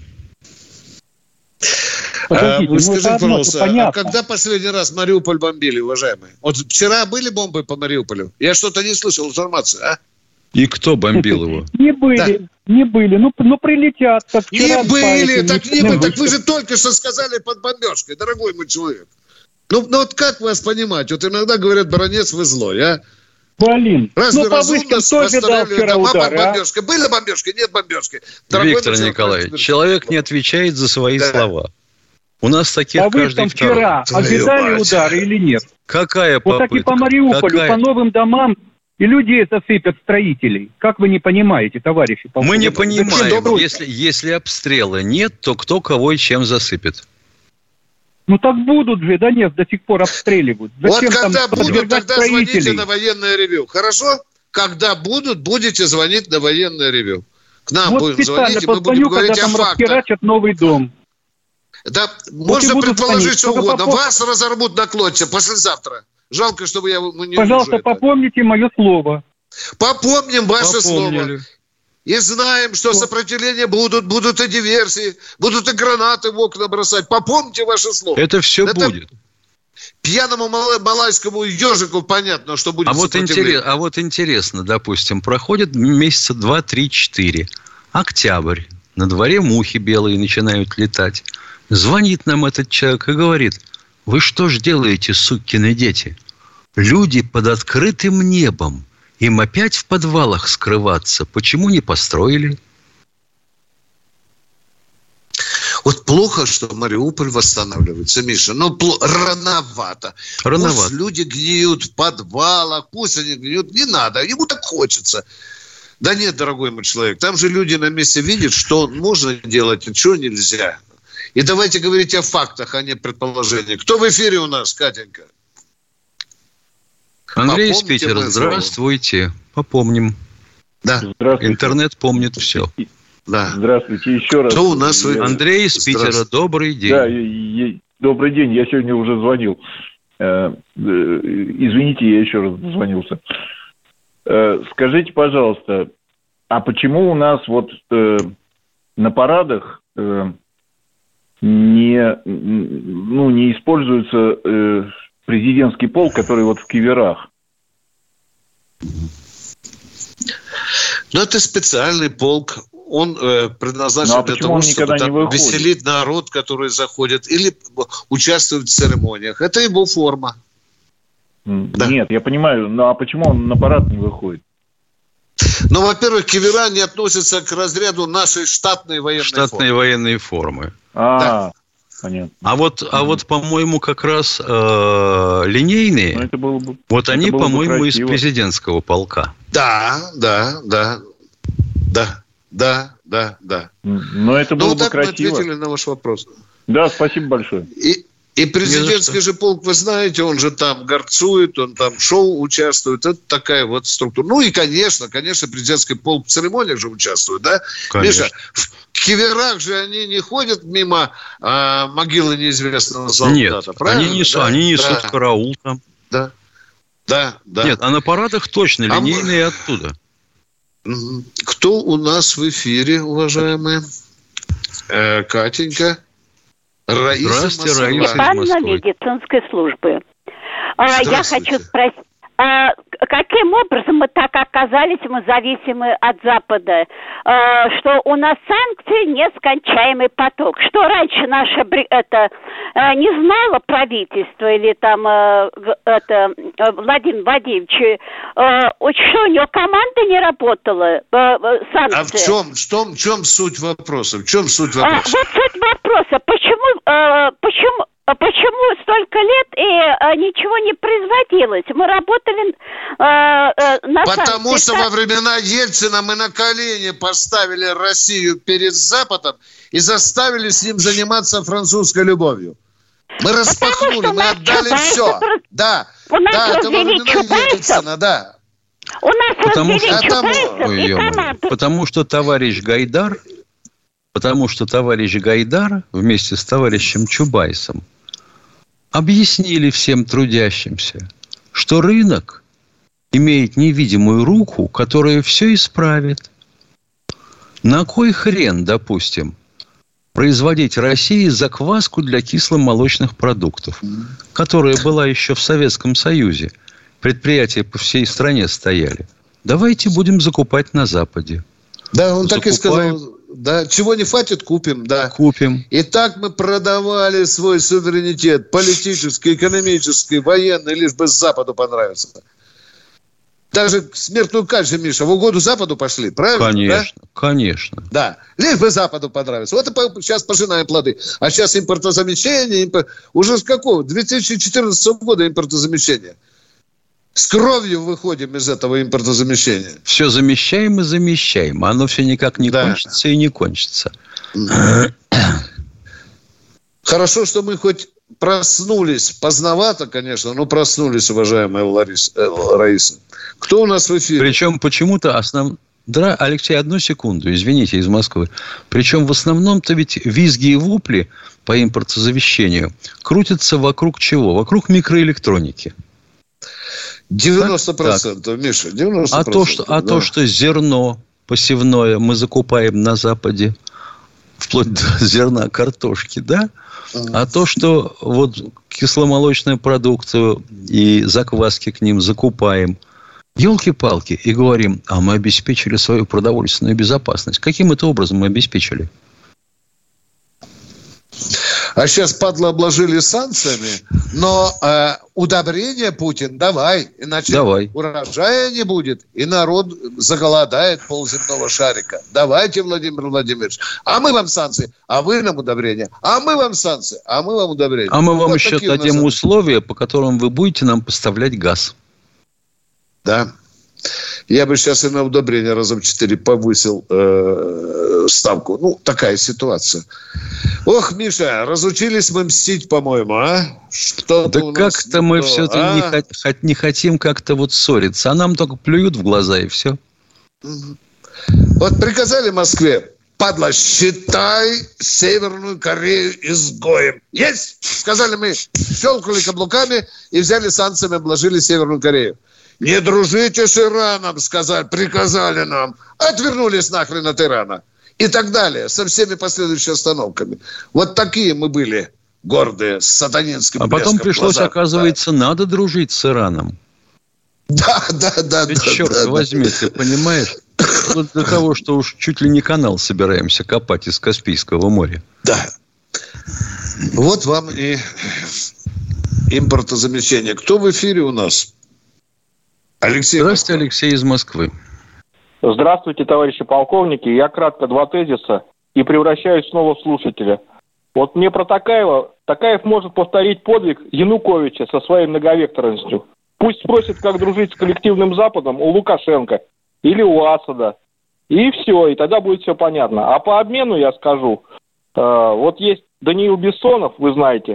А, вы ну, скажите, одно, пожалуйста, а понятно. когда последний раз Мариуполь бомбили, уважаемые? Вот вчера были бомбы по Мариуполю? Я что-то не слышал информации, а? И кто бомбил его? Не были, не были. Ну, ну прилетят. Как Не вчера были, по так этим- не были. Так вы же только что сказали под бомбежкой, дорогой мой человек. Ну, ну вот как вас понимать? Вот иногда говорят, Баранец, вы злой, а? Блин, Разве ну по разумно вышкам тоже дал восстанавливать вчера дома удар, под а? бомбежкой? Были бомбежки? Нет бомбежки. Дорогой Виктор мой Николаевич, человек, человек не отвечает за свои Да. слова. У нас таких По каждый вышкам второй. вчера ожидали удары или нет? Какая Вот попытка? так и по Мариуполю, Какая? по новым домам и людей засыпят строителей. Как вы не понимаете, товарищи? Мы не полковники? Зачем понимаем, добро- если, если обстрела нет, то кто кого и чем засыпет. Ну так будут же, да нет, до сих пор обстреливают. Вот Зачем там когда будут, подвергать тогда звоните строителей? на военное ревью. Хорошо? Когда будут, будете звонить на военное ревью. К нам Вот будем специально звонить, и мы позвоню, будем когда говорить о там фактах. расхерачат новый дом. Да, Вот можно и буду предположить звонить. что Только угодно. попов- Вас разорвут на клочья послезавтра. Жалко, чтобы я мы не Пожалуйста, вижу это. попомните мое слово. Попомним ваше Попомнили. слово. И знаем, что сопротивления будут, будут и диверсии, будут и гранаты в окна бросать. Попомните ваше слово. Это все Это будет. Пьяному мала- малайскому ежику понятно, что будет А вот, сопротивление. интерес, а вот интересно, допустим, проходит месяца два, три, четыре. Октябрь. На дворе мухи белые начинают летать. Звонит нам этот человек и говорит: вы что ж делаете, сукины дети? Люди под открытым небом. Им опять в подвалах скрываться. Почему не построили? Вот плохо, что Мариуполь восстанавливается, Миша. Но пло- рановато. Рановато. Пусть люди гниют в подвалах, пусть они гниют. Не надо, ему так хочется. Да нет, дорогой мой человек, там же люди на месте видят, что можно делать, а что нельзя. И давайте говорить о фактах, а не предположениях. Кто в эфире у нас, Катенька? Андрей из Попомните Питера, мое слово. здравствуйте. Попомним. Да, Здравствуйте. Интернет помнит все. да. Здравствуйте еще раз. Кто у нас в эфире? Андрей из Питера, Здравствуйте. добрый день. Да, я- я- добрый день. Я сегодня уже звонил. Э, э, Извините, я еще раз дозвонился. Э, Скажите, пожалуйста, а почему у нас вот э, на парадах э, не, ну, не используется э, президентский полк, который вот в киверах? Но это специальный полк. Он э, предназначен Ну, а для почему того, он чтобы никогда не там выходит? веселить народ, который заходит, или участвует в церемониях. Это его форма. М, Да. Нет, я понимаю, но а почему он на парад не выходит? Ну, во-первых, кивера не относятся к разряду нашей штатной военной Штатные формы. военные формы. А, Да. понятно. А вот, а вот, по-моему, как раз э, линейные, Ну, это было бы... вот это они, было бы по-моему, из красиво. президентского полка. Да, да, да, да, да, да, да. М, Но это Ну, было вот бы так мы красиво. ответили на ваш вопрос. Да, спасибо большое. И, И президентский же полк, вы знаете, он же там горцует, он там шоу участвует. Это такая вот структура. Ну и, конечно, конечно, президентский полк в церемониях же участвует, да? Конечно. Миша, в Киверах же они не ходят мимо а, могилы неизвестного солдата, Нет, правильно? они несут, да? они несут да. караул там. Да, да, да. Нет, а на парадах точно линейные а... оттуда. Кто у нас в эфире, уважаемые? Э, Катенька. Раиса Здравствуйте, Раиса из Москвы. Медицинской службы. Я хочу спросить, а каким образом мы так оказались, мы зависимы от Запада, а, что у нас санкции нескончаемый поток? Что раньше наше это а, не знало правительство или там а, это Владимир Владимирович, а, что у него команда не работала? А, санкции. А в чем, в том, в чем суть вопроса? В чем суть вопроса? А, вот суть вопроса. Почему, а, почему Почему столько лет и а, ничего не производилось? Мы работали а, а, на Потому санкции. что во времена Ельцина мы на колени поставили Россию перед Западом и заставили с ним заниматься французской любовью. Мы распахнули, мы отдали все. Про... Да, да, это во времена Ельцина, да. У нас потому что, Чубайсов Ой, и команду. Потому что товарищ Гайдар, потому что товарищ Гайдар вместе с товарищем Чубайсом объяснили всем трудящимся, что рынок имеет невидимую руку, которая все исправит. На кой хрен, допустим, производить России закваску для кисломолочных продуктов, которая была еще в Советском Союзе? Предприятия по всей стране стояли. Давайте будем закупать на Западе. Да, он Закупаем. Так и сказал. Да, чего не хватит, купим, да. Купим. И так мы продавали свой суверенитет, политический, экономический, военный, лишь бы Западу понравиться. Даже смертную казнь, Миша, в угоду Западу пошли, правильно? Конечно, да? конечно. Да, лишь бы Западу понравиться. Вот и сейчас пожинаем плоды. А сейчас импортозамещение, импорт... уже с какого? две тысячи четырнадцатого года импортозамещение. С кровью выходим из этого импортозамещения. Все замещаем и замещаем. А оно все никак не да. кончится и не кончится. Хорошо, что мы хоть проснулись. Поздновато, конечно, но проснулись, уважаемая Лариса, э, Раиса. Кто у нас в эфире? Причем почему-то основ... Да, Алексей, одну секунду, извините, из Москвы. Причем в основном-то ведь визги и вопли по импортозамещению крутятся вокруг чего? Вокруг микроэлектроники. девяносто процентов, Миша, девяносто процентов. А, то, что, а да. то, что зерно посевное мы закупаем на Западе, вплоть до зерна картошки, да? А то, что вот кисломолочную продукцию и закваски к ним закупаем, елки-палки, и говорим, а мы обеспечили свою продовольственную безопасность. Каким это образом мы обеспечили? А сейчас, падла, обложили санкциями, но э, удобрения Путин давай, иначе давай. урожая не будет, и народ заголодает полземного шарика. Давайте, Владимир Владимирович, а мы вам санкции, а вы нам удобрения, а мы вам санкции, а мы вам удобрения. А мы вам вот еще дадим условия, по которым вы будете нам поставлять газ. Да. Я бы сейчас и на удобрение разом четыре повысил э, ставку. Ну, такая ситуация. Ох, Миша, разучились мы мстить, по-моему, а? Что да как-то мы то, все-таки а? не, хот- не хотим как-то вот ссориться. А нам только плюют в глаза, и все. Вот приказали Москве, падла, считай Северную Корею изгоем. Есть! Сказали мы, щелкнули каблуками и взяли санкциями, обложили Северную Корею. Не дружите с Ираном, сказали, приказали нам. Отвернулись нахрен от Ирана. И так далее, со всеми последующими остановками. Вот такие мы были гордые, с сатанинским блеском. А потом пришлось, глазах, оказывается, да. надо дружить с Ираном. Да, да, да. Ведь да, черт да, возьми, да. ты понимаешь? Вот для того, что уж чуть ли не канал собираемся копать из Каспийского моря. Да. Вот вам и импортозамещение. Кто в эфире у нас? Алексей. Здравствуйте, Алексей из Москвы. Здравствуйте, товарищи полковники. Я кратко два тезиса и превращаюсь снова в слушателя. Вот мне про Токаева. Токаев может повторить подвиг Януковича со своей многовекторностью. Пусть спросит, как дружить с коллективным Западом у Лукашенко или у Асада. И все, и тогда будет все понятно. А по обмену я скажу. Э, вот есть Даниил Бессонов, вы знаете,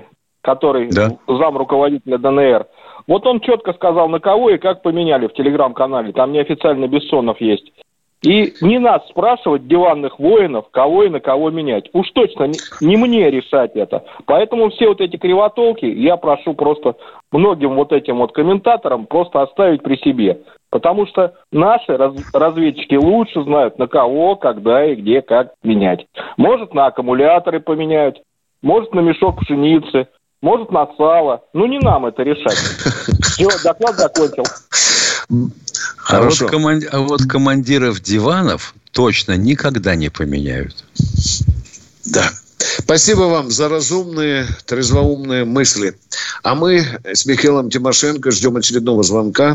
который да. зам руководителя ДНР, вот он четко сказал, на кого и как поменяли в телеграм-канале. Там неофициально Бессонов есть. И не нас спрашивать, диванных воинов, кого и на кого менять. Уж точно не, не мне решать это. Поэтому все вот эти кривотолки я прошу просто многим вот этим вот комментаторам просто оставить при себе. Потому что наши раз, разведчики лучше знают, на кого, когда и где, как менять. Может, на аккумуляторы поменяют, может, на мешок пшеницы, может, на сало. Ну, не нам это решать. Все, доклад закончил. А вот, команд... а вот командиров диванов точно никогда не поменяют. Да. Спасибо вам за разумные, трезвоумные мысли. А мы с Михаилом Тимошенко ждем очередного звонка.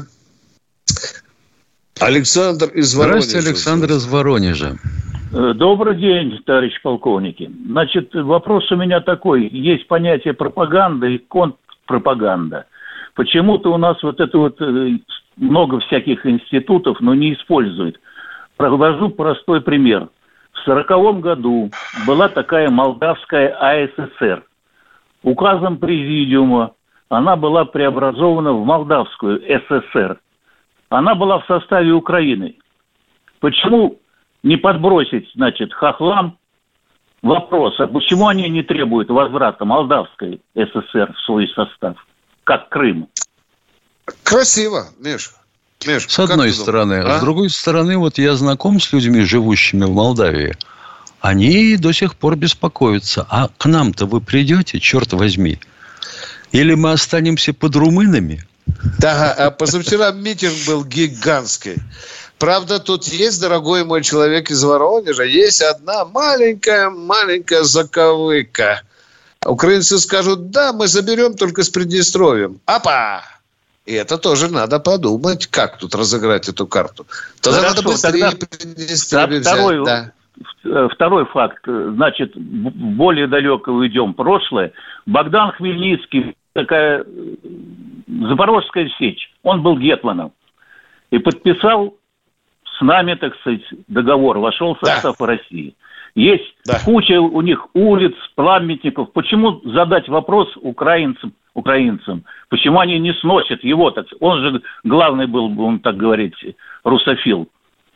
Александр из Воронежа. Здравствуйте, Александр из Воронежа. Добрый день, товарищ полковники. Значит, вопрос у меня такой. Есть понятие пропаганда и контрпропаганда. Почему-то у нас вот это вот много всяких институтов, но не используют. Привожу простой пример. В сороковом году была такая Молдавская АССР. Указом президиума она была преобразована в Молдавскую ССР. Она была в составе Украины. Почему не подбросить, значит, хохлам вопрос, а почему они не требуют возврата Молдавской ССР в свой состав, как Крым? Красиво, Миш. Миш, с одной стороны. А? С другой стороны, вот я знаком с людьми, живущими в Молдавии. Они до сих пор беспокоятся. А к нам-то вы придете, черт возьми? Или мы останемся под румынами? Да, а позавчера митинг был гигантский. Правда, тут есть, дорогой мой человек из Воронежа, есть одна маленькая-маленькая заковыка. Украинцы скажут, да, мы заберем только с Приднестровьем. Апа! И это тоже надо подумать, как тут разыграть эту карту. Тогда Хорошо, надо быстрее тогда Приднестровье второй, взять. Да. Второй факт. Значит, в более далеко уйдем прошлое. Богдан Хмельницкий, такая Запорожская сечь, он был гетманом. И подписал с нами, так сказать, договор, вошел в состав да. России. Есть да. куча у них улиц, памятников. Почему задать вопрос украинцам, украинцам, почему они не сносят его? Так, он же главный был, он так говорить, русофил.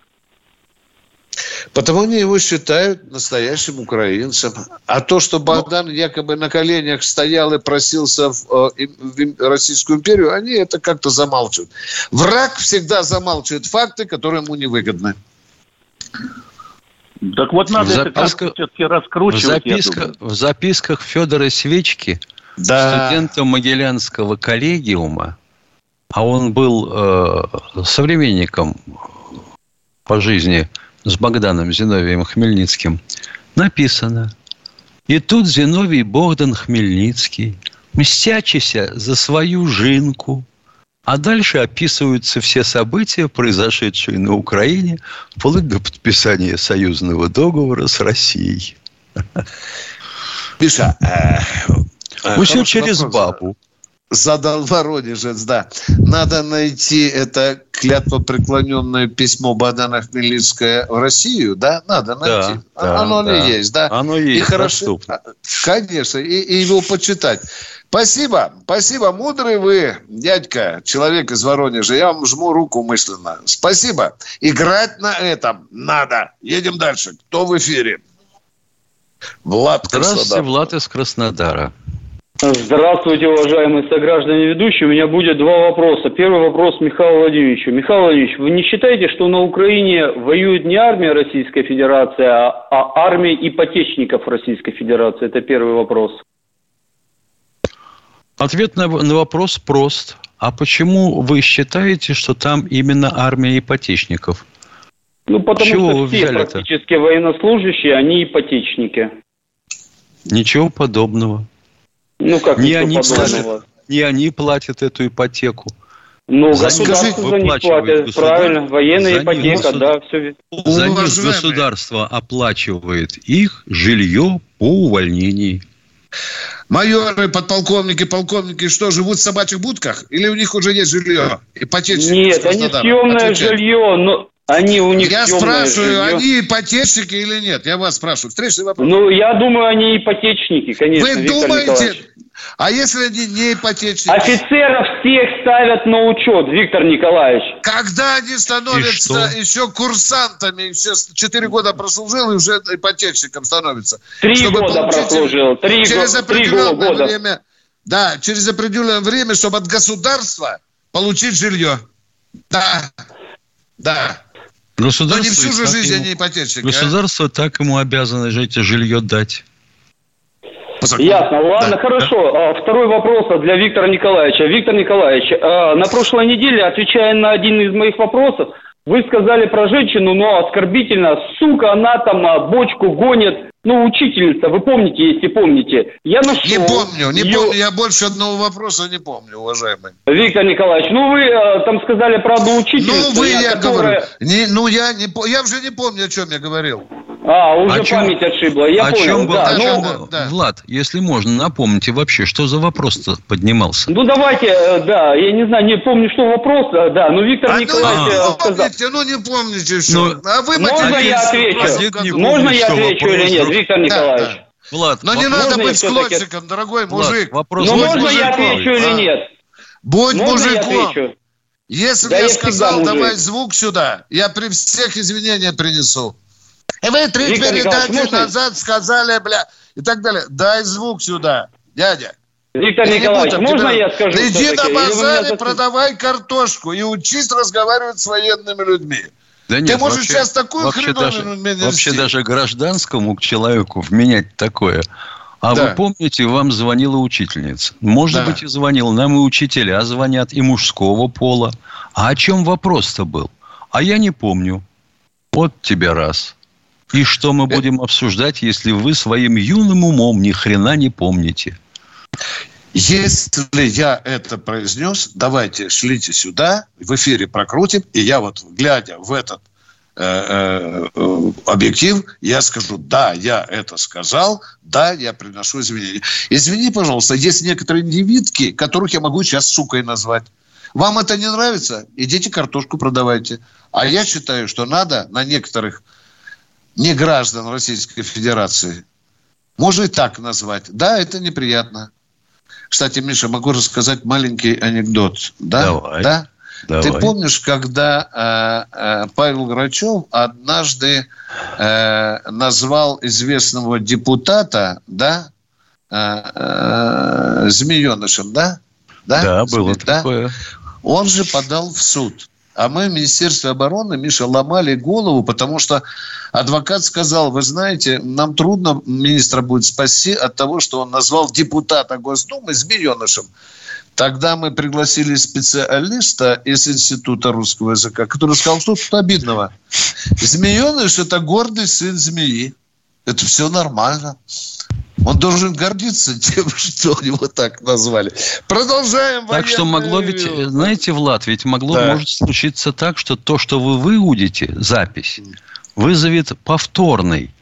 Потому они его считают настоящим украинцем. А то, что Богдан якобы на коленях стоял и просился в, в Российскую империю, они это как-то замалчивают. Враг всегда замалчивает факты, которые ему невыгодны. Так вот надо записка... это все-таки раскручивать. В, записка... в записках Федора Свечки, да. студента Могилянского коллегиума, а он был э, современником по жизни с Богданом Зиновием Хмельницким, написано: «И тут Зиновий Богдан Хмельницкий, мстячися за свою жинку». А дальше описываются все события, произошедшие на Украине, вплоть до подписания союзного договора с Россией. Миша, ну, все через бабу. Задал Воронежец, да. Надо найти это клятвопреклоненное письмо Богдана Хмельницкого в Россию, да? Надо найти. Да, да, оно да. есть, да? Оно есть, и хорошо, конечно, и, и его почитать. Спасибо, спасибо, мудрый вы, дядька, человек из Воронежа. Я вам жму руку мысленно. Спасибо. Играть на этом надо. Едем дальше. Кто в эфире? Влад Краснодар. Здравствуйте, Влад из Краснодара. Здравствуйте, уважаемые сограждане ведущие. У меня будет два вопроса. Первый вопрос Михаилу Владимировичу. Михаил Владимирович, вы не считаете, что на Украине воюет не армия Российской Федерации, а армия ипотечников Российской Федерации? Это первый вопрос. Ответ на, на вопрос прост. А почему вы считаете, что там именно армия ипотечников? Ну, потому Чего что все практически это? Военнослужащие, они ипотечники. Ничего подобного. Ну, как не они, платят, не они платят эту ипотеку. Ну, за государство за них платит, правильно. Военная ипотека, государ... да, все. За них государство оплачивает их жилье по увольнении. Майоры, подполковники, полковники, что, живут в собачьих будках? Или у них уже есть жилье? Ипотечники? Нет, они съемное жилье, но... Они у них Я спрашиваю, жилье. Они ипотечники или нет? Я вас спрашиваю. Встречный вопрос. Ну, я думаю, они ипотечники, конечно. Вы думаете, А если они не ипотечники? Офицеров всех ставят на учет, Виктор Николаевич. Когда они становятся еще курсантами, еще четыре года прослужил и уже ипотечником становится. Три года прослужил. Три через го- определенное три года. время, да, через определенное время, чтобы от государства получить жилье. Да, да. Но не всю же жизнь ему, они ипотечники. Государство а? так ему обязано жить и жилье дать. Ясно, ладно, да, хорошо. Да. Второй вопрос для Виктора Николаевича. Виктор Николаевич, на прошлой неделе, отвечая на один из моих вопросов, вы сказали про женщину, но оскорбительно, сука, она там бочку гонит. Ну, учительница, вы помните, если помните. Я нашел... Не помню, не ее... помню, я больше одного вопроса не помню, уважаемый. Виктор Николаевич, ну вы э, там сказали про одну учительницу. Ну, вы, я которая... говорю, не, ну я не я уже не помню, о чем я говорил. А, уже о чем... память отшибла, я о понял. Чем был... Да, о чем ну... был... да. Влад, если можно, напомните вообще, что за вопрос-то поднимался? Ну, давайте, да, я не знаю, не помню, что вопрос, да, ну, Виктор а Николаевич... Ну, сказал... помните, ну, не помните все. Ну, а вы можно я отвечу? Можно я отвечу или нет, Виктор Николаевич? Да, да. Влад, но не надо быть склонщиком, дорогой Влад, мужик. Вопрос ну, можно мужиком. Я отвечу или а? Нет? Будь можно мужиком. Если да я, я сказал, давай звук сюда, я при всех извинения принесу. И вы три передачи назад сказали, бля, и так далее. Дай звук сюда, дядя. Виктор я Николаевич, буду, можно тебя... я скажу? Иди на базаре, продавай картошку и учись разговаривать с военными людьми. Да нет, ты можешь вообще, сейчас такую хреновину меня вообще даже гражданскому человеку вменять такое. А да. Вы помните, вам звонила учительница. Может да. быть, и звонил. Нам и учителя звонят, и мужского пола. А о чем вопрос-то был? А я не помню. Вот тебе раз. И что мы будем обсуждать, если вы своим юным умом ни хрена не помните? Если я это произнес, давайте шлите сюда, в эфире прокрутим, и я вот, глядя в этот э, э, объектив, я скажу, да, я это сказал, да, я приношу извинения. Извини, пожалуйста, есть некоторые индивидки, которых я могу сейчас сукой назвать. Вам это не нравится? Идите картошку продавайте. А я считаю, что надо на некоторых неграждан Российской Федерации, можно и так назвать. Да, это неприятно. Кстати, Миша, могу рассказать маленький анекдот. Да? Давай. Да? Давай. Ты помнишь, когда э, э, Павел Грачев однажды э, назвал известного депутата, да, э, э, змеенышем, да? Да, да было да? такое. Он же подал в суд. А мы в Министерстве обороны, Миша, ломали голову, потому что адвокат сказал, вы знаете, нам трудно министра будет спасти от того, что он назвал депутата Госдумы змеенышем. Тогда мы пригласили специалиста из Института русского языка, который сказал, что тут обидного. Змееныш – это гордый сын змеи. Это все нормально. Он должен гордиться тем, что его так назвали. Продолжаем. Так что могло ведь, знаете, Влад, ведь могло, да. может случиться так, что то, что вы выудите, запись, вызовет повторный,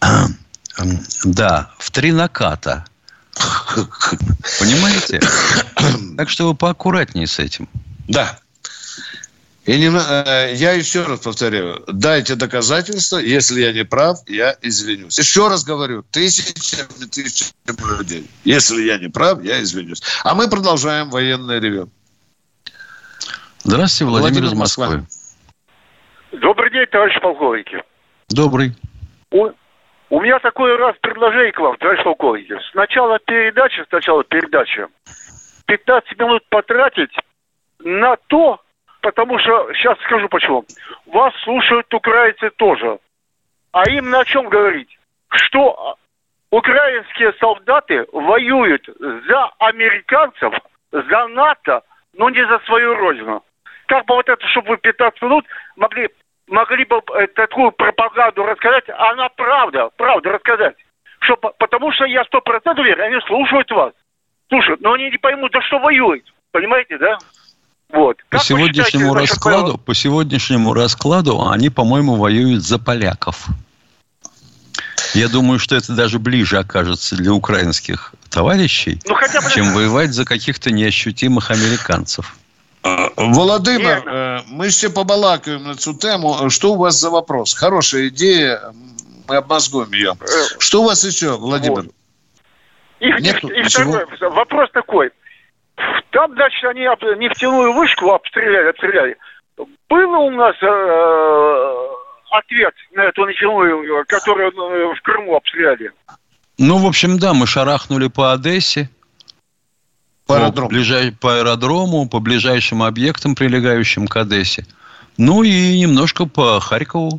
да, в три наката. Понимаете? Так что вы поаккуратнее с этим. Да. И не, я еще раз повторяю, дайте доказательства, если я не прав, я извинюсь. Еще раз говорю, тысячами, тысячами людей. Если я не прав, я извинюсь. А мы продолжаем военное ревю. Здравствуйте, Владимир, Владимир из Москвы. Добрый день, товарищ полковники. Добрый. У, у меня такое раз предложение к вам, товарищ полковники. Сначала передачи, сначала передачи. пятнадцать минут потратить на то, потому что, сейчас скажу почему. Вас слушают украинцы тоже. А им на чем говорить? Что украинские солдаты воюют за американцев, за НАТО, но не за свою родину. Как бы вот это, чтобы вы пятнадцать минут могли, могли бы такую пропаганду рассказать, она правда, правда рассказать. Что, потому что я сто процентов верю, они слушают вас. Слушают, но они не поймут, за что воюют. Понимаете, да? Вот. По сегодняшнему считаете, раскладу, по сегодняшнему раскладу они, по-моему, воюют за поляков. Я думаю, что это даже ближе окажется для украинских товарищей, ну, хотя бы чем это... воевать за каких-то неощутимых американцев. Владимир, Верно. мы ще побалакаем на эту тему. Что у вас за вопрос? Хорошая идея, мы обмозгуем ее. Что у вас еще, Владимир? Вот. И, Нету, и, и второй вопрос такой. Там, значит, они нефтяную вышку обстреляли, обстреляли. Был у нас э, ответ на эту нефтяную, которую в Крыму обстреляли? Ну, в общем, да, мы шарахнули по Одессе. По аэродрому. По, ближай... по аэродрому, по ближайшим объектам, прилегающим к Одессе. Ну и немножко по Харькову.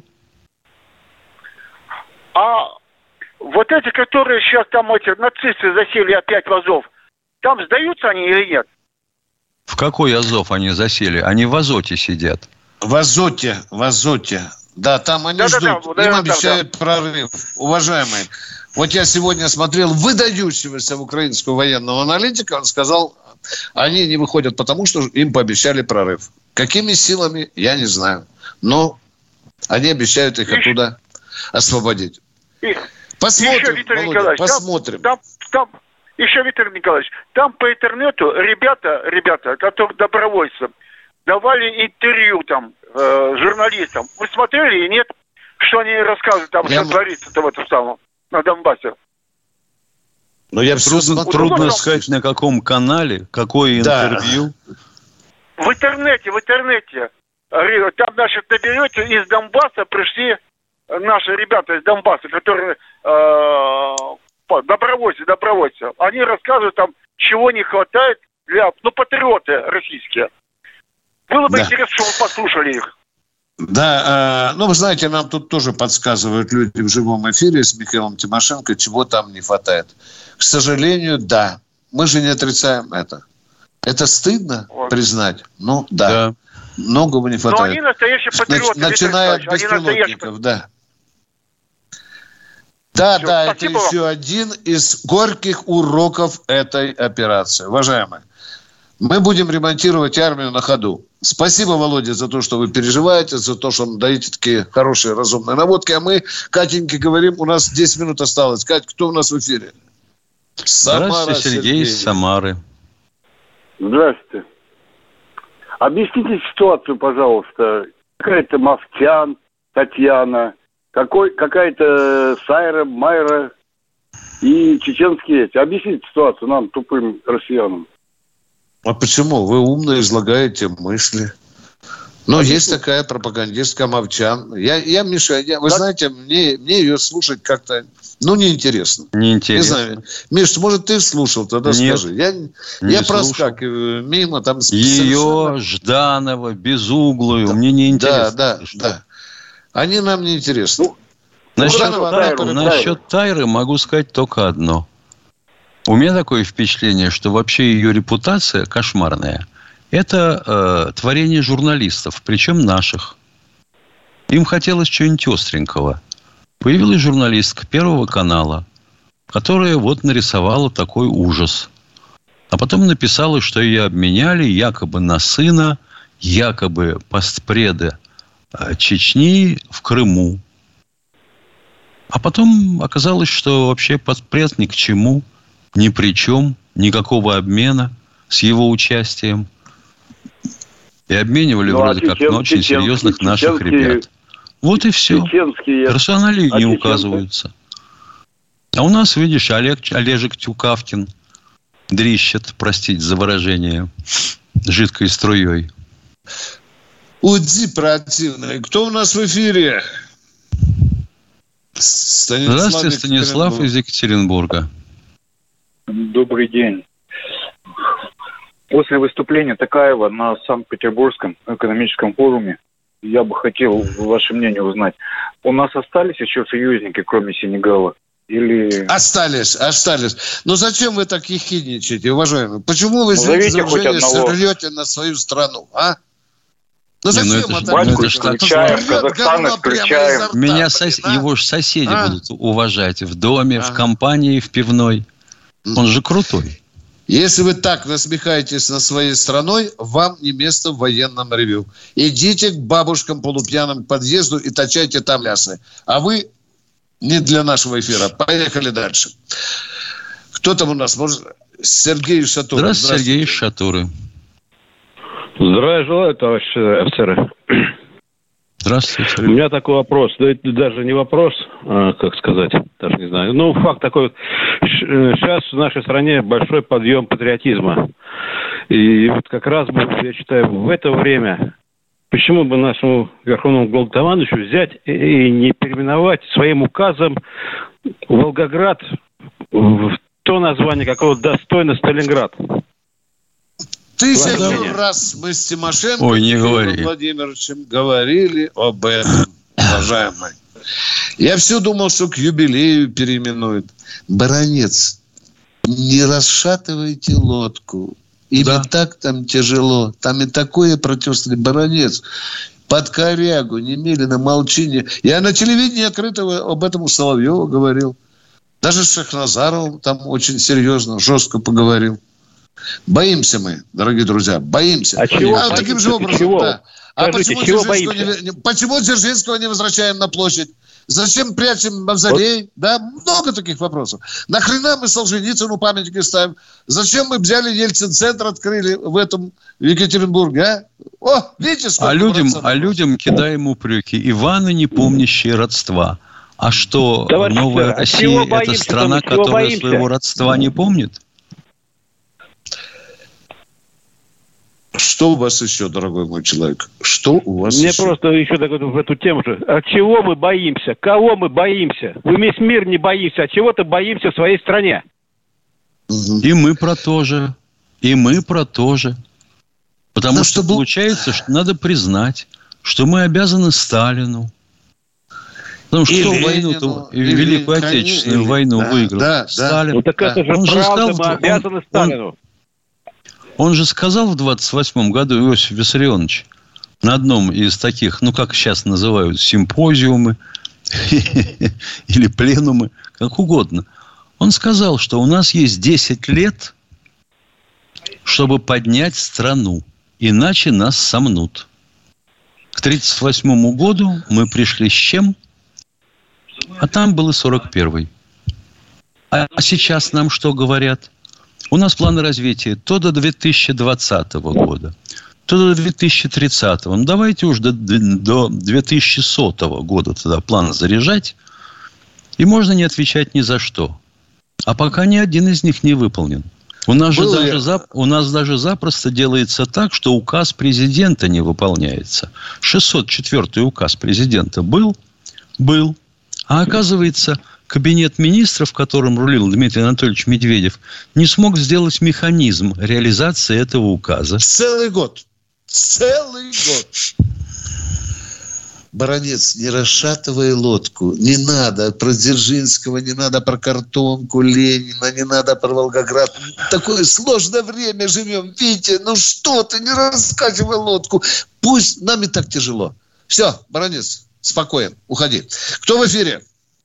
А вот эти, которые сейчас там эти нацисты засели опять в Азов, там сдаются они или нет? В какой Азов они засели? Они в Азоте сидят. В Азоте, в Азоте. Да, там они да, ждут. Да, да, Им да, обещают да, да. прорыв. Уважаемые, вот я сегодня смотрел выдающегося украинского военного аналитика, он сказал, они не выходят потому, что им пообещали прорыв. Какими силами, я не знаю. Но они обещают их и оттуда освободить. И, посмотрим, еще, Володя, посмотрим. Там, там, там, еще, Виктор Николаевич, там по интернету ребята, ребята, которые добровольцы, давали интервью там э, журналистам. Вы смотрели и нет? Что они рассказывают там, я... что творится в этом самом, на Донбассе? Но я все трудно, трудно сказать, на каком канале, какое да. интервью. В интернете, в интернете. Там, значит, наберете, из Донбасса пришли наши ребята из Донбасса, которые э, добровольцы, добровольцы. Они рассказывают там, чего не хватает для, ну, патриоты российские. Было бы да. интересно, чтобы вы послушали их. Да, э, ну, вы знаете, нам тут тоже подсказывают люди в живом эфире с Михаилом Тимошенко, чего там не хватает. К сожалению, да. Мы же не отрицаем это. Это стыдно вот. признать. Ну, да. да. Многого не хватает. Но они настоящие патриоты. Начиная от беспилотников, да. Да, все, да, это еще вам. один из горьких уроков этой операции. Уважаемые, мы будем ремонтировать армию на ходу. Спасибо, Володя, за то, что вы переживаете, за то, что даете такие хорошие, разумные наводки. А мы, Катеньке, говорим, у нас десять минут осталось. Кать, кто у нас в эфире? Самара, Здравствуйте, Сергей, Сергей из Самары. Здравствуйте. Объясните ситуацию, пожалуйста. Какая-то Мовчан, Татьяна, какой, какая-то Сайра, Майра и чеченские эти. Объясните ситуацию нам, тупым россиянам. А почему? Вы умно излагаете мысли. Но Объясните. Есть такая пропагандистка Мовчан. Я, я Миша, я, вы так... знаете, мне, мне ее слушать как-то, ну, неинтересно. Неинтересно. Не знаю. Миш, может, ты слушал, тогда Нет, скажи. Я, я проскакиваю мимо. Там ее, совершенно... Жданова, Безуглую, да, мне неинтересно. Да, да, да. Они нам не интересны. Ну, насчет, Тайры, насчет Тайры могу сказать только одно. У меня такое впечатление, что вообще ее репутация кошмарная. Это э, творение журналистов, причем наших. Им хотелось чего-нибудь остренького. Появилась журналистка Первого канала, которая вот нарисовала такой ужас. А потом написала, что ее обменяли якобы на сына, якобы постпреда Чечни в Крыму. А потом оказалось, что вообще постпред ни к чему, ни при чем, никакого обмена с его участием. И обменивали ну, вроде а чечен, как на очень серьезных наших ребят. Вот и все. Персонали а не указываются. А у нас, видишь, Олег, Олежек Тюкавкин дрищет, простите за выражение, жидкой струей. Уди противный. Кто у нас в эфире? Станислав Здравствуйте, Станислав из Екатеринбурга. Добрый день. После выступления Токаева на Санкт-Петербургском экономическом форуме я бы хотел ваше мнение узнать. У нас остались еще союзники, кроме Сенегала? Или... Остались, остались. Но зачем вы так ехидничаете, уважаемые? Почему вы рвете на свою страну, а? Ну зачем не, ну это же так. Меня сос... его же соседи а? будут уважать в доме, а? в компании, в пивной. Он же крутой. Если вы так насмехаетесь над своей страной, вам не место в военном ревью. Идите к бабушкам полупьяным к подъезду и точайте там лясы. А вы не для нашего эфира. Поехали дальше. Кто там у нас? Может, Сергей из Шатуры. Здравствуйте, Сергей из Шатуры. Здравия желаю, товарищи офицеры. Здравствуйте. У меня такой вопрос. Да это даже не вопрос, а, как сказать, даже не знаю. Ну, факт такой. Сейчас в нашей стране большой подъем патриотизма. И вот как раз, я считаю, в это время почему бы нашему верховному главнокомандующему взять и не переименовать своим указом Волгоград в то название, какого достойно Сталинград? Тысячу раз мы с Тимошенко Ой, не и говори. Владимировичем говорили об этом, уважаемый. Я все думал, что к юбилею переименуют. Баронец, не расшатывайте лодку. Им да. и так там тяжело. Там и такое противостояние. Баронец, под корягу, немедленно молчи. Я на телевидении открытого об этом у Соловьева говорил. Даже с Шахназаровым там очень серьезно, жестко поговорил. Боимся мы, дорогие друзья, боимся. А чего? А, таким же образом, чего? да. А Скажите, почему чего Дзержинского, не, почему Дзержинского не возвращаем на площадь? Зачем прячем мавзолей? Вот. Да, много таких вопросов. Нахрена мы Солженицыну памятники ставим? Зачем мы взяли Ельцин-центр, открыли в этом в Екатеринбурге, а? О, видите, сколько а людям, процентов? а людям кидаем упреки. Иваны, не помнящие родства. А что, Товарищ Новая Федор, Россия – это боимся, страна, которая боимся? своего родства не помнит? Что у вас еще, дорогой мой человек? Что у вас Мне еще? просто еще так, в эту тему же. От чего мы боимся? Кого мы боимся? Вы весь мир не боимся. От чего-то боимся в своей стране. И мы про то же. И мы про то же. Потому Но что чтобы... получается, что надо признать, что мы обязаны Сталину. Потому что и кто Ленину, войну-то, и Великую Ленину, Отечественную и... войну да, выиграл? Да, Сталин. Ну так это же он правда, же сказал, мы обязаны он, Сталину. Он, он же сказал в двадцать восьмом году, Иосиф Виссарионович, на одном из таких, ну как сейчас называют, симпозиумы или пленумы, как угодно. Он сказал, что у нас есть десять лет, чтобы поднять страну, иначе нас сомнут. К тридцать восьмому году мы пришли с чем? А там был и сорок первый. А сейчас нам что говорят? У нас планы развития то до две тысячи двадцатого года, то до две тысячи тридцатого. Ну, давайте уж до, до две тысячи сотого года тогда план заряжать. И можно не отвечать ни за что. А пока ни один из них не выполнен. У нас, же даже, зап... у нас даже запросто делается так, что указ президента не выполняется. шестьсот четвёртый указ президента был? Был. А оказывается, кабинет министров, которым рулил Дмитрий Анатольевич Медведев, не смог сделать механизм реализации этого указа. Целый год. Целый год. Баронец, не расшатывай лодку. Не надо про Дзержинского, не надо про картонку Ленина, не надо про Волгоград. Такое сложное время живем. Витя, ну что ты, не раскачивай лодку. Пусть нам и так тяжело. Все, Баронец, спокоен, уходи. Кто в эфире?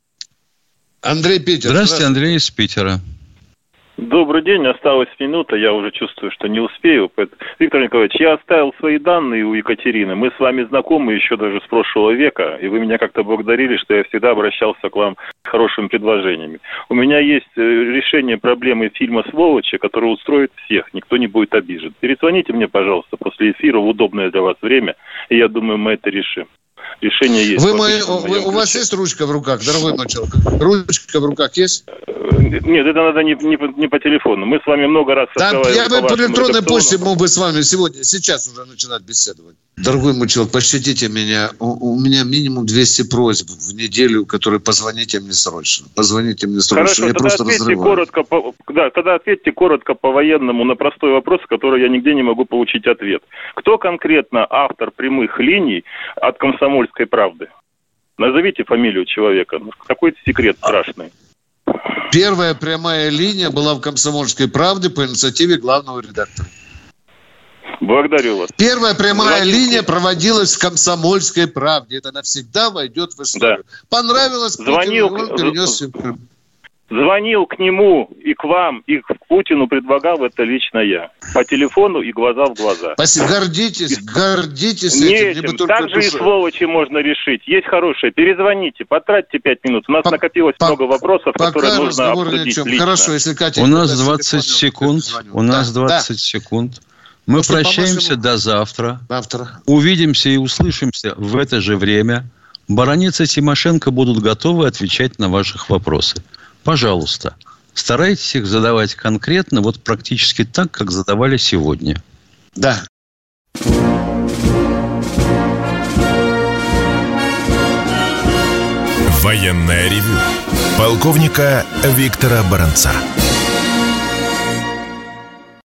Андрей, Питер. Здравствуйте, Андрей из Питера. Добрый день, осталась минута, я уже чувствую, что не успею. Виктор Николаевич, я оставил свои данные у Екатерины. Мы с вами знакомы еще даже с прошлого века, и вы меня как-то благодарили, что я всегда обращался к вам с хорошими предложениями. У меня есть решение проблемы фильма «Сволочи», который устроит всех, никто не будет обижен. Перезвоните мне, пожалуйста, после эфира в удобное для вас время, и я думаю, мы это решим. Решение есть. Вы мои, вы, у вас есть ручка в руках, дорогой мой человек? Ручка в руках есть? Нет, это надо не, не, не по телефону. Мы с вами много раз разговаривали. Я бы по, по электронной почте мог бы с вами сегодня, сейчас уже начинать беседовать. Дорогой мой человек, пощадите меня. У, у меня минимум двести просьб в неделю, которые позвоните мне срочно. Позвоните мне срочно. Хорошо, я тогда просто ответьте разрываю. коротко, по, да, тогда ответьте коротко по-военному на простой вопрос, который я нигде не могу получить ответ. Кто конкретно автор прямых линий от «Комсомольской правды»? Назовите фамилию человека. Какой-то секрет страшный. Первая прямая линия была в «Комсомольской правде» по инициативе главного редактора. Благодарю вас. Первая прямая Звонил линия к... проводилась в «Комсомольской правде». Это навсегда войдет в историю. Да. Понравилось Звонил... Путину, он перенес... Звонил к нему и к вам, и к Путину предлагал это лично я. По телефону и глаза в глаза. Спасибо. Гордитесь, гордитесь этим. этим. Так же и сволочи можно решить. Есть хорошее. Перезвоните, потратьте пять минут. У нас по, накопилось по, много вопросов, которые нужно обсудить лично. Хорошо, если Катя... У нас двадцать секунд. У нас двадцать секунд. Мы Просто прощаемся до завтра. Завтра. Увидимся и услышимся в это же время. Баранец и Тимошенко будут готовы отвечать на ваши вопросы. Пожалуйста, старайтесь их задавать конкретно, вот практически так, как задавали сегодня. Да. Военное ревю полковника Виктора Баранца.